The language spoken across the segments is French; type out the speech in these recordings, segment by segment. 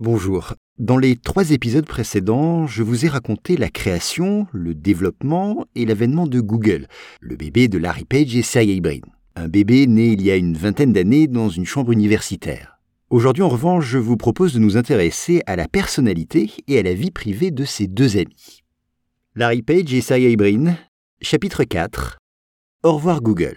Bonjour. Dans les 3 épisodes précédents, je vous ai raconté la création, le développement et l'avènement de Google, le bébé de Larry Page et Sergey Brin. Un bébé né il y a une vingtaine d'années dans une chambre universitaire. Aujourd'hui, en revanche, je vous propose de nous intéresser à la personnalité et à la vie privée de ces 2 amis. Larry Page et Sergey Brin, chapitre 4. Au revoir Google.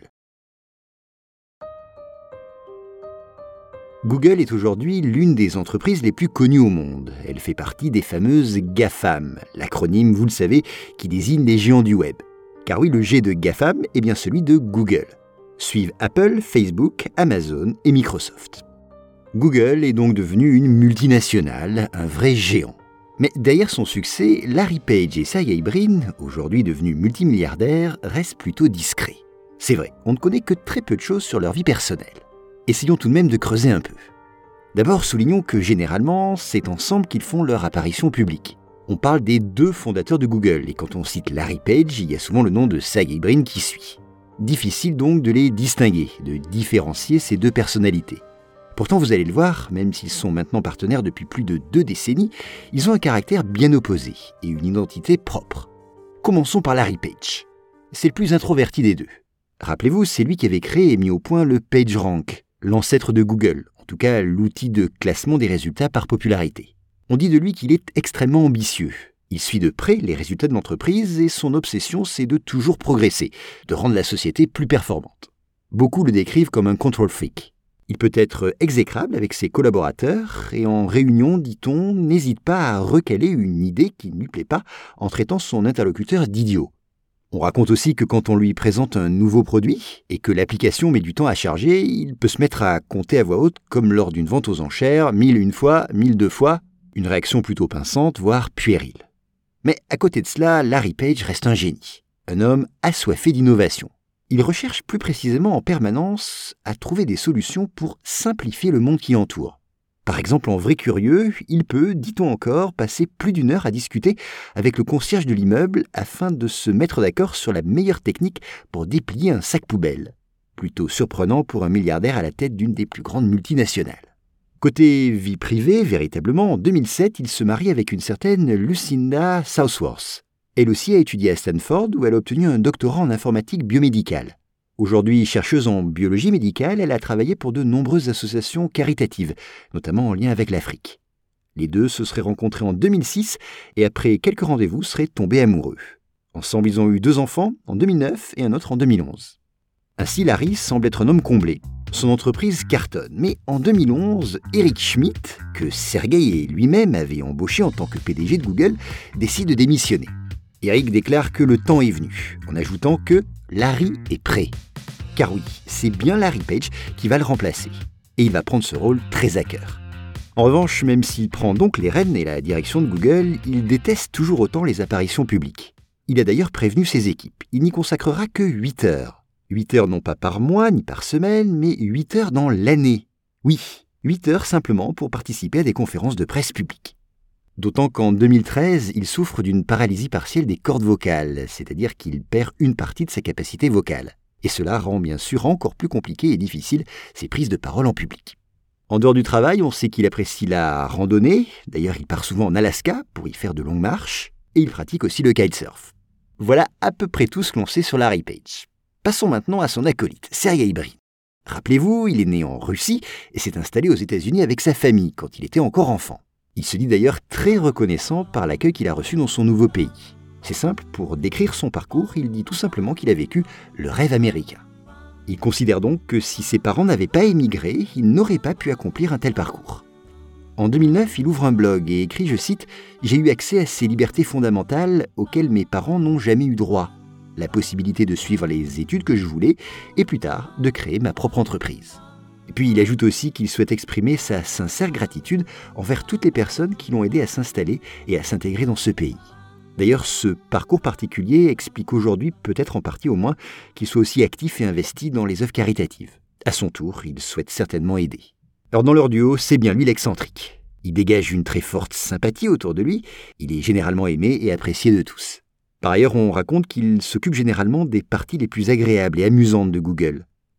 Google est aujourd'hui l'une des entreprises les plus connues au monde. Elle fait partie des fameuses GAFAM, l'acronyme, vous le savez, qui désigne les géants du web. Car oui, le G de GAFAM est bien celui de Google. Suivent Apple, Facebook, Amazon et Microsoft. Google est donc devenu une multinationale, un vrai géant. Mais derrière son succès, Larry Page et Sergey Brin, aujourd'hui devenus multimilliardaires, restent plutôt discrets. C'est vrai, on ne connaît que très peu de choses sur leur vie personnelle. Essayons tout de même de creuser un peu. D'abord, soulignons que généralement, c'est ensemble qu'ils font leur apparition publique. On parle des 2 fondateurs de Google, et quand on cite Larry Page, il y a souvent le nom de Sergey Brin qui suit. Difficile donc de les distinguer, de différencier ces 2 personnalités. Pourtant, vous allez le voir, même s'ils sont maintenant partenaires depuis plus de 2 décennies, ils ont un caractère bien opposé et une identité propre. Commençons par Larry Page. C'est le plus introverti des 2. Rappelez-vous, c'est lui qui avait créé et mis au point le PageRank, l'ancêtre de Google, en tout cas l'outil de classement des résultats par popularité. On dit de lui qu'il est extrêmement ambitieux. Il suit de près les résultats de l'entreprise et son obsession, c'est de toujours progresser, de rendre la société plus performante. Beaucoup le décrivent comme un control freak. Il peut être exécrable avec ses collaborateurs et en réunion, dit-on, n'hésite pas à recaler une idée qui ne lui plaît pas en traitant son interlocuteur d'idiot. On raconte aussi que quand on lui présente un nouveau produit et que l'application met du temps à charger, il peut se mettre à compter à voix haute comme lors d'une vente aux enchères, 1001 fois, 1002 fois, une réaction plutôt pinçante, voire puérile. Mais à côté de cela, Larry Page reste un génie, un homme assoiffé d'innovation. Il recherche plus précisément en permanence à trouver des solutions pour simplifier le monde qui l'entoure. Par exemple, en vrai curieux, il peut, dit-on encore, passer plus d'1 heure à discuter avec le concierge de l'immeuble afin de se mettre d'accord sur la meilleure technique pour déplier un sac poubelle. Plutôt surprenant pour un milliardaire à la tête d'une des plus grandes multinationales. Côté vie privée, véritablement, en 2007, il se marie avec une certaine Lucinda Southworth. Elle aussi a étudié à Stanford où elle a obtenu un doctorat en informatique biomédicale. Aujourd'hui chercheuse en biologie médicale, elle a travaillé pour de nombreuses associations caritatives, notamment en lien avec l'Afrique. Les 2 se seraient rencontrés en 2006 et après quelques rendez-vous seraient tombés amoureux. Ensemble, ils ont eu 2 enfants en 2009 et un autre en 2011. Ainsi, Larry semble être un homme comblé. Son entreprise cartonne, mais en 2011, Eric Schmidt, que Sergey lui-même avait embauché en tant que PDG de Google, décide de démissionner. Eric déclare que le temps est venu, en ajoutant que Larry est prêt. Car oui, c'est bien Larry Page qui va le remplacer. Et il va prendre ce rôle très à cœur. En revanche, même s'il prend donc les rênes et la direction de Google, il déteste toujours autant les apparitions publiques. Il a d'ailleurs prévenu ses équipes. Il n'y consacrera que 8 heures. 8 heures non pas par mois ni par semaine, mais 8 heures dans l'année. Oui, 8 heures simplement pour participer à des conférences de presse publiques. D'autant qu'en 2013, il souffre d'une paralysie partielle des cordes vocales, c'est-à-dire qu'il perd une partie de sa capacité vocale. Et cela rend bien sûr encore plus compliqué et difficile ses prises de parole en public. En dehors du travail, on sait qu'il apprécie la randonnée, d'ailleurs il part souvent en Alaska pour y faire de longues marches, et il pratique aussi le kitesurf. Voilà à peu près tout ce que l'on sait sur Larry Page. Passons maintenant à son acolyte, Sergey Brin. Rappelez-vous, il est né en Russie et s'est installé aux États-Unis avec sa famille quand il était encore enfant. Il se dit d'ailleurs très reconnaissant par l'accueil qu'il a reçu dans son nouveau pays. C'est simple, pour décrire son parcours, il dit tout simplement qu'il a vécu le rêve américain. Il considère donc que si ses parents n'avaient pas émigré, il n'aurait pas pu accomplir un tel parcours. En 2009, il ouvre un blog et écrit, je cite, « J'ai eu accès à ces libertés fondamentales auxquelles mes parents n'ont jamais eu droit. La possibilité de suivre les études que je voulais et plus tard de créer ma propre entreprise. » Et puis il ajoute aussi qu'il souhaite exprimer sa sincère gratitude envers toutes les personnes qui l'ont aidé à s'installer et à s'intégrer dans ce pays. D'ailleurs, ce parcours particulier explique aujourd'hui, peut-être en partie au moins, qu'il soit aussi actif et investi dans les œuvres caritatives. À son tour, il souhaite certainement aider. Alors dans leur duo, c'est bien lui l'excentrique. Il dégage une très forte sympathie autour de lui, il est généralement aimé et apprécié de tous. Par ailleurs, on raconte qu'il s'occupe généralement des parties les plus agréables et amusantes de Google.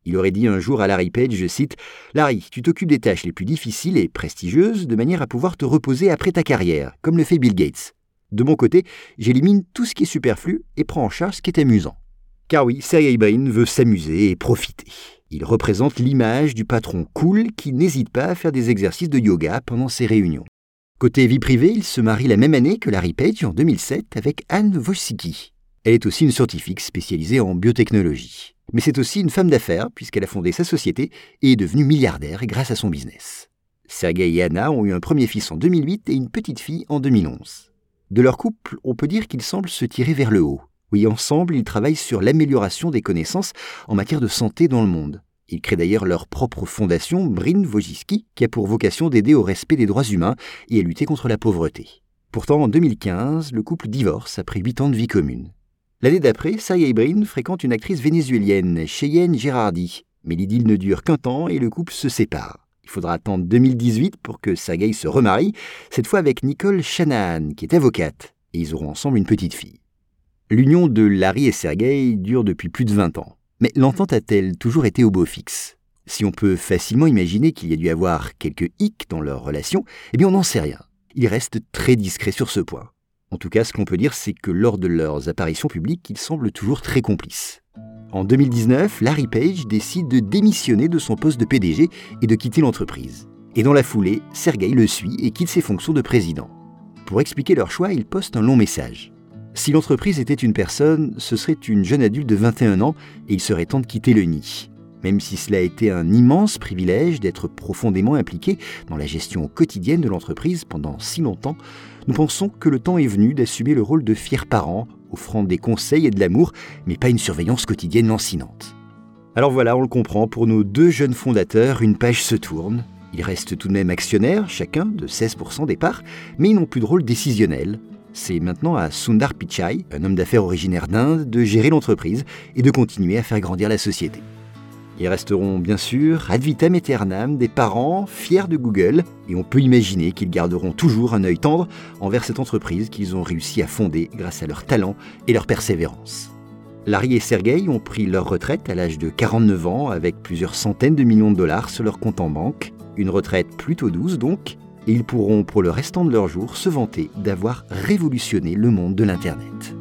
Il aurait dit un jour à Larry Page, je cite, « Larry, tu t'occupes des tâches les plus difficiles et prestigieuses de manière à pouvoir te reposer après ta carrière, comme le fait Bill Gates. De mon côté, j'élimine tout ce qui est superflu et prends en charge ce qui est amusant. » Car oui, Sergey Brin veut s'amuser et profiter. Il représente l'image du patron cool qui n'hésite pas à faire des exercices de yoga pendant ses réunions. Côté vie privée, il se marie la même année que Larry Page en 2007 avec Anne Wojcicki. Elle est aussi une scientifique spécialisée en biotechnologie. Mais c'est aussi une femme d'affaires puisqu'elle a fondé sa société et est devenue milliardaire grâce à son business. Sergey et Anna ont eu un premier fils en 2008 et une petite fille en 2011. De leur couple, on peut dire qu'ils semblent se tirer vers le haut. Oui, ensemble, ils travaillent sur l'amélioration des connaissances en matière de santé dans le monde. Ils créent d'ailleurs leur propre fondation, Brin Wojcicki, qui a pour vocation d'aider au respect des droits humains et à lutter contre la pauvreté. Pourtant, en 2015, le couple divorce après 8 ans de vie commune. L'année d'après, Sergey Brin fréquente une actrice vénézuélienne, Cheyenne Girardi. Mais l'idylle ne dure qu'un temps et le couple se sépare. Il faudra attendre 2018 pour que Sergey se remarie, cette fois avec Nicole Shanahan, qui est avocate, et ils auront ensemble une petite fille. L'union de Larry et Sergey dure depuis plus de 20 ans. Mais l'entente a-t-elle toujours été au beau fixe ? Si on peut facilement imaginer qu'il y a dû avoir quelques hicks dans leur relation, eh bien on n'en sait rien. Ils restent très discrets sur ce point. En tout cas, ce qu'on peut dire, c'est que lors de leurs apparitions publiques, ils semblent toujours très complices. En 2019, Larry Page décide de démissionner de son poste de PDG et de quitter l'entreprise. Et dans la foulée, Sergey le suit et quitte ses fonctions de président. Pour expliquer leur choix, il poste un long message. Si l'entreprise était une personne, ce serait une jeune adulte de 21 ans et il serait temps de quitter le nid. Même si cela a été un immense privilège d'être profondément impliqué dans la gestion quotidienne de l'entreprise pendant si longtemps, nous pensons que le temps est venu d'assumer le rôle de fier parent, offrant des conseils et de l'amour, mais pas une surveillance quotidienne lancinante. Alors voilà, on le comprend, pour nos 2 jeunes fondateurs, une page se tourne. Ils restent tout de même actionnaires, chacun de 16% des parts, mais ils n'ont plus de rôle décisionnel. C'est maintenant à Sundar Pichai, un homme d'affaires originaire d'Inde, de gérer l'entreprise et de continuer à faire grandir la société. Ils resteront bien sûr ad vitam aeternam des parents fiers de Google et on peut imaginer qu'ils garderont toujours un œil tendre envers cette entreprise qu'ils ont réussi à fonder grâce à leur talent et leur persévérance. Larry et Sergey ont pris leur retraite à l'âge de 49 ans avec plusieurs centaines de millions de dollars sur leur compte en banque. Une retraite plutôt douce donc, et ils pourront pour le restant de leurs jours se vanter d'avoir révolutionné le monde de l'Internet.